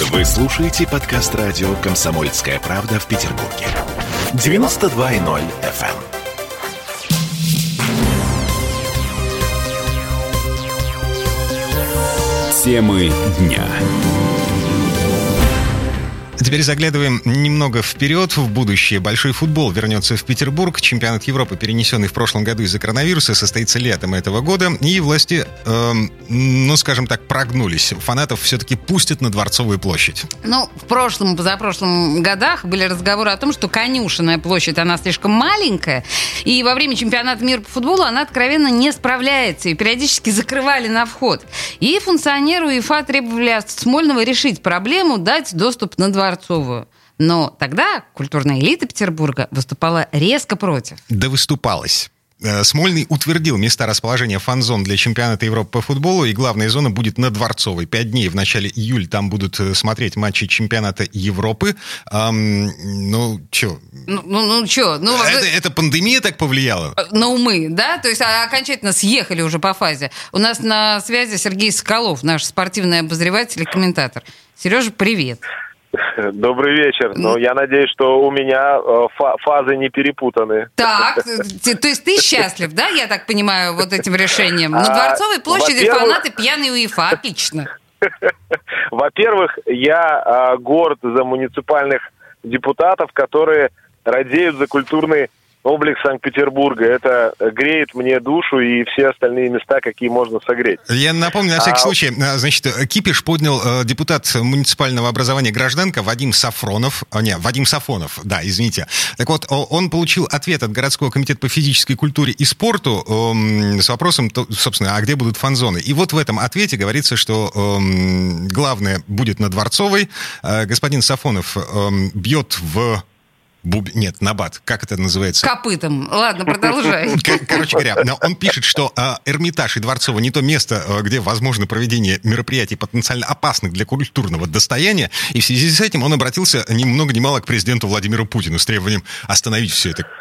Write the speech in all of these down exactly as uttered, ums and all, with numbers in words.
Вы слушаете подкаст радио «Комсомольская правда» в Петербурге. девяносто два и ноль эф эм. Темы дня. Теперь заглядываем немного вперед, в будущее. Большой футбол вернется в Петербург. Чемпионат Европы, перенесенный в прошлом году из-за коронавируса, состоится летом этого года. И власти, э, ну, скажем так, прогнулись. Фанатов все-таки пустят на Дворцовую площадь. Ну, в прошлом, позапрошлом годах были разговоры о том, что Конюшенная площадь, она слишком маленькая. И во время чемпионата мира по футболу она откровенно не справляется. И периодически закрывали на вход. И функционеры УЕФА требовали от Смольного решить проблему, дать доступ на Дворцовую. Но тогда культурная элита Петербурга выступала резко против. Да выступалась. Смольный утвердил места расположения фан-зон для чемпионата Европы по футболу, и главная зона будет на Дворцовой. Пять дней в начале июля там будут смотреть матчи чемпионата Европы. Эм, ну, чё? Ну, ну, ну чё? Ну, это, вы... это пандемия так повлияла? На умы, да? То есть окончательно съехали уже по фазе. У нас на связи Сергей Соколов, наш спортивный обозреватель и комментатор. Сережа, привет. Добрый вечер. Ну, я надеюсь, что у меня фа- фазы не перепутаны. Так, то есть ты счастлив, да, я так понимаю, вот этим решением? На Дворцовой площади а, фанаты пьяные УЕФА. Отлично. Во-первых, я а, горд за муниципальных депутатов, которые радеют за культурный облик Санкт-Петербурга. Это греет мне душу и все остальные места, какие можно согреть. Я напомню, на всякий а... случай, значит, кипиш поднял депутат муниципального образования «Гражданка» Вадим Сафронов. Не, Вадим Сафонов, да, извините. Так вот, он получил ответ от городского комитета по физической культуре и спорту с вопросом, собственно, а где будут фан-зоны? И вот в этом ответе говорится, что главное будет на Дворцовой. Господин Сафонов бьет в... Буб... Нет, набат. Как это называется? Копытом. Ладно, продолжай. Короче говоря, он пишет, что Эрмитаж и Дворцово не то место, где возможно проведение мероприятий потенциально опасных для культурного достояния. И в связи с этим он обратился ни много ни мало к президенту Владимиру Путину с требованием остановить все это.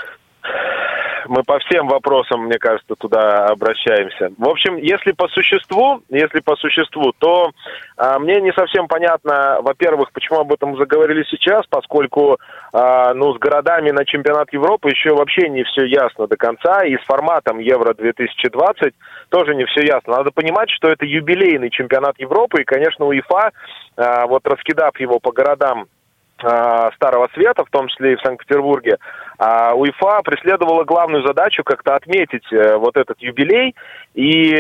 Мы по всем вопросам, мне кажется, туда обращаемся. В общем, если по существу, если по существу, то а, мне не совсем понятно, во-первых, почему об этом заговорили сейчас, поскольку а, ну, с городами на чемпионат Европы еще вообще не все ясно до конца, и с форматом Евро две тысячи двадцать тоже не все ясно. Надо понимать, что это юбилейный чемпионат Европы, и, конечно, УЕФА, а, вот раскидав его по городам Старого Света, в том числе и в Санкт-Петербурге, УЕФА преследовала главную задачу как-то отметить вот этот юбилей и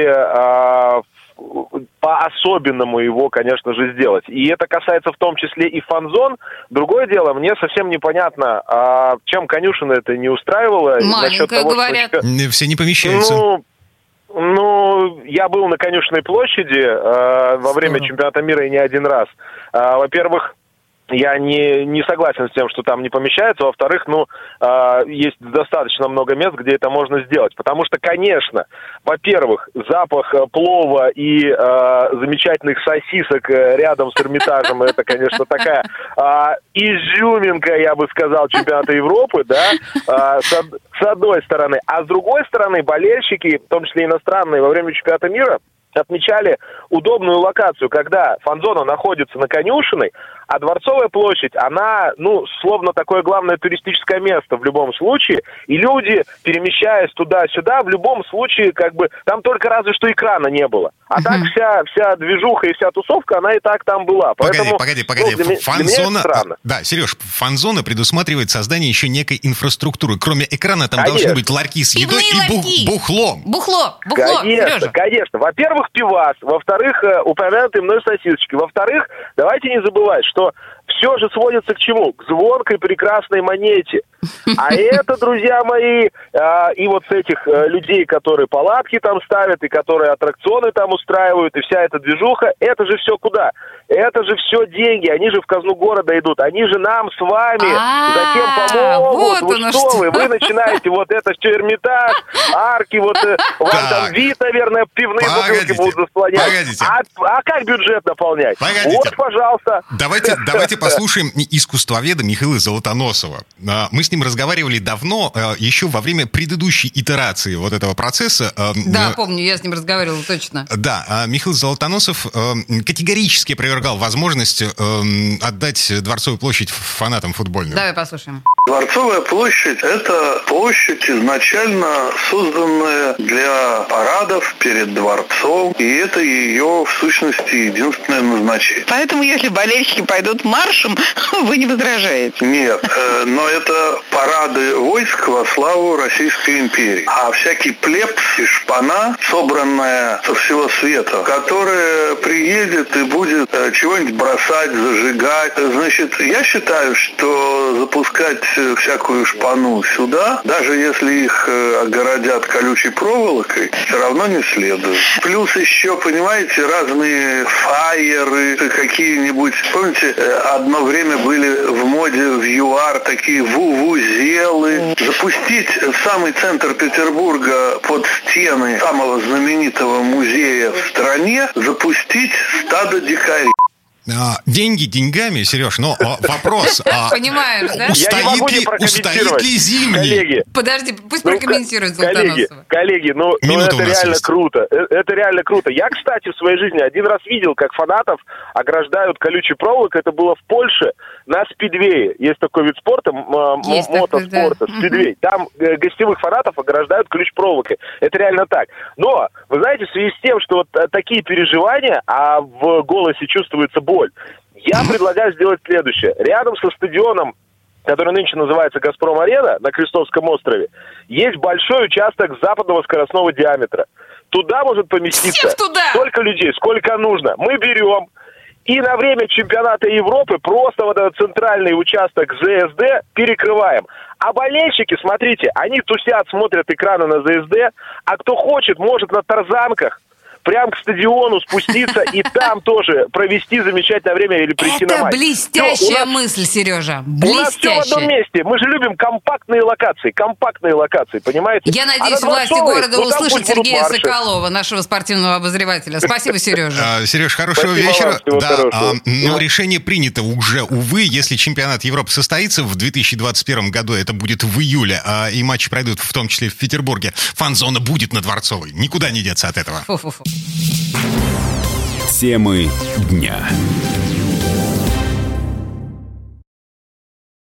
по-особенному его, конечно же, сделать. И это касается в том числе и фан-зон. Другое дело, мне совсем непонятно, чем Конюшина это не устраивало. Маленькая, говорят. Что... Все не помещаются. Ну, Ну, я был на Конюшенной площади э, во время чемпионата мира и не один раз. Э, во-первых, я не, не согласен с тем, что там не помещается. Во-вторых, ну, э, есть достаточно много мест, где это можно сделать. Потому что, конечно, во-первых, запах плова и э, замечательных сосисок рядом с Эрмитажем, это, конечно, такая э, изюминка, я бы сказал, чемпионата Европы, да, э, с, с одной стороны. А с другой стороны, болельщики, в том числе иностранные, во время чемпионата мира отмечали удобную локацию, когда фан-зона находится на Конюшенной, а Дворцовая площадь, она, ну, словно такое главное туристическое место в любом случае, и люди, перемещаясь туда-сюда, в любом случае, как бы, там только разве что экрана не было. А uh-huh. так вся, вся движуха и вся тусовка, она и так там была. Поэтому, погоди, погоди, погоди. Ну, фан-зона... Да, Сереж, фан-зона предусматривает создание еще некой инфраструктуры. Кроме экрана там конечно. должны быть ларьки с едой и бух... бухло. Бухло, бухло, Конечно, Сережа. конечно. Во-первых, пивас. Во-вторых, упомянутые мной сосисочки. Во-вторых, давайте не забывать, что все же сводится к чему? К звонкой прекрасной монете. А это, друзья мои, э, и вот с этих э, людей, которые палатки там ставят, и которые аттракционы там устраивают, и вся эта движуха, это же все куда? Это же все деньги, они же в казну города идут, они же нам с вами затем помогут. Вы что вы? Вы начинаете вот это все Эрмитаж, арки, вот вам там вид, наверное, пивные бутылки площадки будут заслонять. Погодите. А, а как бюджет наполнять? Погодите. Вот, пожалуйста. Давайте, давайте послушаем искусствоведа Михаила Золотоносова. Мы с ним разговаривали давно, еще во время предыдущей итерации вот этого процесса. Да, помню, я с ним разговаривала, точно. Да, Михаил Золотоносов категорически опровергал возможность отдать Дворцовую площадь фанатам футбольным. Давай послушаем. Дворцовая площадь – это площадь, изначально созданная для парадов перед дворцом, и это ее, в сущности, единственное назначение. Поэтому, если болельщики пойдут маршем, вы не возражаете? Нет, э, но это парады войск во славу Российской империи. А всякий плебс и шпана, собранная со всего света, которая приедет и будет э, чего-нибудь бросать, зажигать. Значит, я считаю, что запускать всякую шпану сюда, даже если их э, огородят колючей проволокой, все равно не следует. Плюс еще, понимаете, разные фаеры, какие-нибудь, помните, одно время были в моде в ЮАР такие вувузелы. Запустить в самый центр Петербурга под стены самого знаменитого музея в стране, запустить стадо дикарей. Деньги деньгами, Сереж, но вопрос, понимаешь, да? устоит ли, устоит ли зимний? Коллеги. Подожди, пусть прокомментирует Коллеги, Золотоносова. коллеги, ну, ну это реально есть. круто. Это реально круто. Я, кстати, в своей жизни один раз видел, как фанатов ограждают колючей проволокой. Это было в Польше на спидвее. Есть такой вид спорта, есть мотоспорта, да. Спидвей. Там гостевых фанатов ограждают колючей проволокой. Это реально так. Но, вы знаете, в связи с тем, что вот такие переживания, а в голосе чувствуется боль, я предлагаю сделать следующее. Рядом со стадионом, который нынче называется «Газпром-арена» на Крестовском острове, есть большой участок западного скоростного диаметра. Туда может поместиться столько людей, сколько нужно. Мы берем и на время чемпионата Европы просто вот этот центральный участок ЗСД перекрываем. А болельщики, смотрите, они тусят, смотрят экраны на ЗСД, а кто хочет, может на тарзанках прям к стадиону спуститься и там тоже провести замечательное время или прийти на матч. Это блестящая мысль, Сережа. Блестящая. У нас все в одном месте. Мы же любим компактные локации. Компактные локации, понимаете? Я надеюсь, а власти города ну, услышат Сергея Соколова, нашего спортивного обозревателя. Спасибо, Сережа. Сереж, хорошего вечера. Да, но решение принято уже, увы. Если чемпионат Европы состоится в две тысячи двадцать первом году, это будет в июле, и матчи пройдут в том числе в Петербурге, фан-зона будет на Дворцовой. Никуда не деться от этого. Фу-фу-фу. Темы дня.